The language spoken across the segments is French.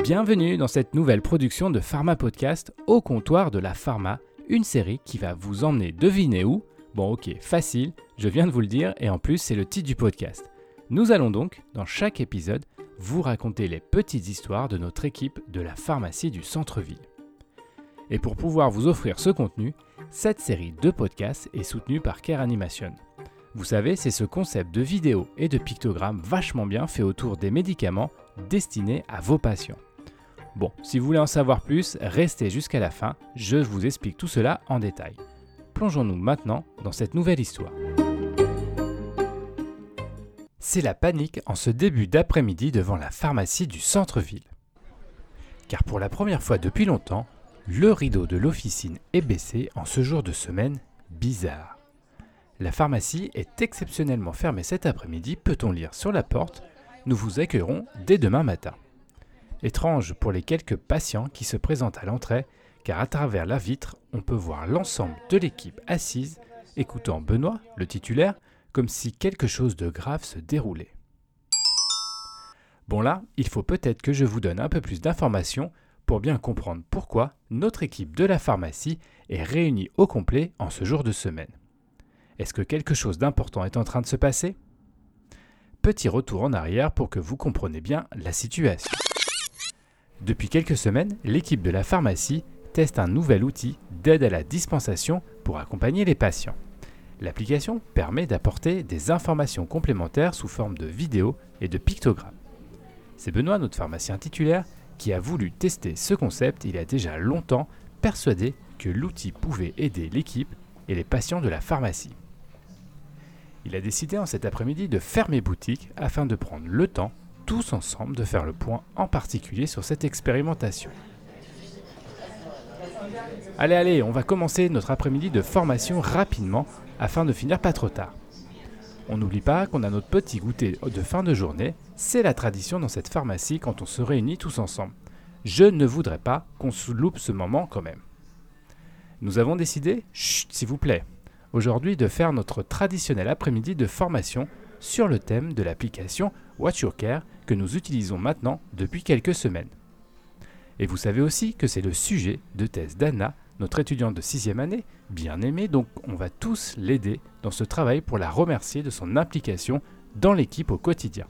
Bienvenue dans cette nouvelle production de Pharma Podcast au comptoir de la pharma, une série qui va vous emmener deviner où. Bon ok, facile, je viens de vous le dire et en plus c'est le titre du podcast. Nous allons donc, dans chaque épisode, vous raconter les petites histoires de notre équipe de la pharmacie du centre-ville. Et pour pouvoir vous offrir ce contenu, cette série de podcasts est soutenue par Care Animation. Vous savez, c'est ce concept de vidéos et de pictogrammes vachement bien fait autour des médicaments destinés à vos patients. Bon, si vous voulez en savoir plus, restez jusqu'à la fin, je vous explique tout cela en détail. Plongeons-nous maintenant dans cette nouvelle histoire. C'est la panique en ce début d'après-midi devant la pharmacie du centre-ville. Car pour la première fois depuis longtemps, le rideau de l'officine est baissé en ce jour de semaine bizarre. La pharmacie est exceptionnellement fermée cet après-midi, peut-on lire sur la porte. Nous vous accueillerons dès demain matin. Étrange pour les quelques patients qui se présentent à l'entrée, car à travers la vitre, on peut voir l'ensemble de l'équipe assise, écoutant Benoît, le titulaire, comme si quelque chose de grave se déroulait. Bon là, il faut peut-être que je vous donne un peu plus d'informations pour bien comprendre pourquoi notre équipe de la pharmacie est réunie au complet en ce jour de semaine. Est-ce que quelque chose d'important est en train de se passer ? Petit retour en arrière pour que vous compreniez bien la situation. Depuis quelques semaines, l'équipe de la pharmacie teste un nouvel outil d'aide à la dispensation pour accompagner les patients. L'application permet d'apporter des informations complémentaires sous forme de vidéos et de pictogrammes. C'est Benoît, notre pharmacien titulaire, qui a voulu tester ce concept il y a déjà longtemps, persuadé que l'outil pouvait aider l'équipe et les patients de la pharmacie. Il a décidé en cet après-midi de fermer boutique afin de prendre le temps, tous ensemble, de faire le point en particulier sur cette expérimentation. Allez, on va commencer notre après-midi de formation rapidement afin de finir pas trop tard. On n'oublie pas qu'on a notre petit goûter de fin de journée, c'est la tradition dans cette pharmacie quand on se réunit tous ensemble. Je ne voudrais pas qu'on se loupe ce moment quand même. Nous avons décidé, chut, s'il vous plaît, aujourd'hui de faire notre traditionnel après-midi de formation sur le thème de l'application Watch Your Care que nous utilisons maintenant depuis quelques semaines. Et vous savez aussi que c'est le sujet de thèse d'Anna, notre étudiante de 6e année, bien aimée, donc on va tous l'aider dans ce travail pour la remercier de son implication dans l'équipe au quotidien.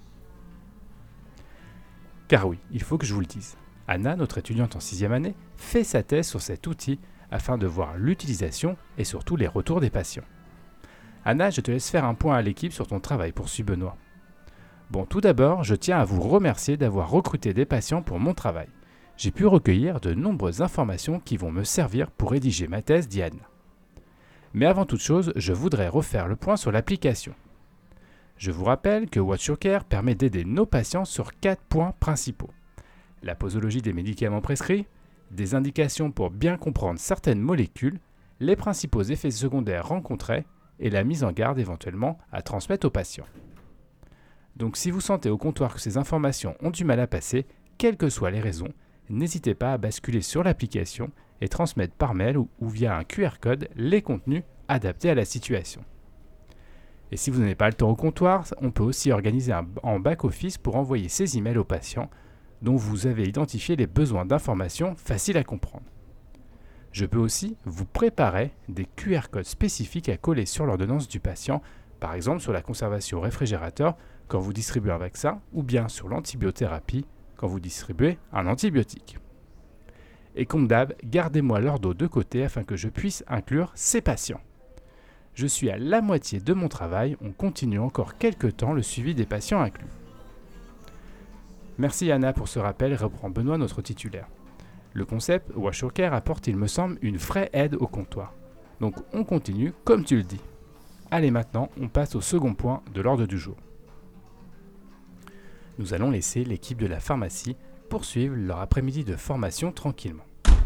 Car oui, il faut que je vous le dise, Anna, notre étudiante en 6e année, fait sa thèse sur cet outil afin de voir l'utilisation et surtout les retours des patients. Anna, je te laisse faire un point à l'équipe sur ton travail, poursuit Benoît. Bon, tout d'abord, je tiens à vous remercier d'avoir recruté des patients pour mon travail. J'ai pu recueillir de nombreuses informations qui vont me servir pour rédiger ma thèse, dit Anna. Mais avant toute chose, je voudrais refaire le point sur l'application. Je vous rappelle que Watch Your Care permet d'aider nos patients sur 4 points principaux. La posologie des médicaments prescrits, des indications pour bien comprendre certaines molécules, les principaux effets secondaires rencontrés et la mise en garde éventuellement à transmettre aux patients. Donc si vous sentez au comptoir que ces informations ont du mal à passer, quelles que soient les raisons, n'hésitez pas à basculer sur l'application et transmettre par mail ou via un QR code les contenus adaptés à la situation. Et si vous n'avez pas le temps au comptoir, on peut aussi organiser en back-office pour envoyer ces emails aux patients dont vous avez identifié les besoins d'informations faciles à comprendre. Je peux aussi vous préparer des QR codes spécifiques à coller sur l'ordonnance du patient, par exemple sur la conservation au réfrigérateur quand vous distribuez un vaccin ou bien sur l'antibiothérapie quand vous distribuez un antibiotique. Et comme d'hab, gardez-moi l'ordo de côté afin que je puisse inclure ces patients. Je suis à la moitié de mon travail, on continue encore quelques temps le suivi des patients inclus. Merci Anna pour ce rappel, reprend Benoît notre titulaire. Le concept Watch Your Care apporte, il me semble, une vraie aide au comptoir. Donc on continue comme tu le dis. Allez maintenant, on passe au second point de l'ordre du jour. Nous allons laisser l'équipe de la pharmacie poursuivre leur après-midi de formation tranquillement.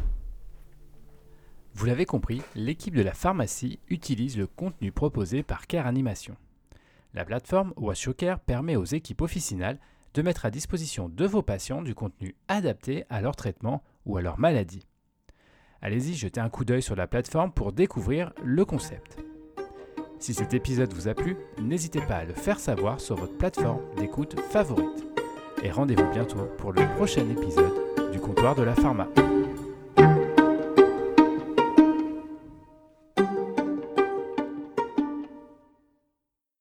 Vous l'avez compris, l'équipe de la pharmacie utilise le contenu proposé par Care Animation. La plateforme Watch Your Care permet aux équipes officinales de mettre à disposition de vos patients du contenu adapté à leur traitement ou à leur maladie. Allez-y, jetez un coup d'œil sur la plateforme pour découvrir le concept. Si cet épisode vous a plu, n'hésitez pas à le faire savoir sur votre plateforme d'écoute favorite. Et rendez-vous bientôt pour le prochain épisode du comptoir de la pharma.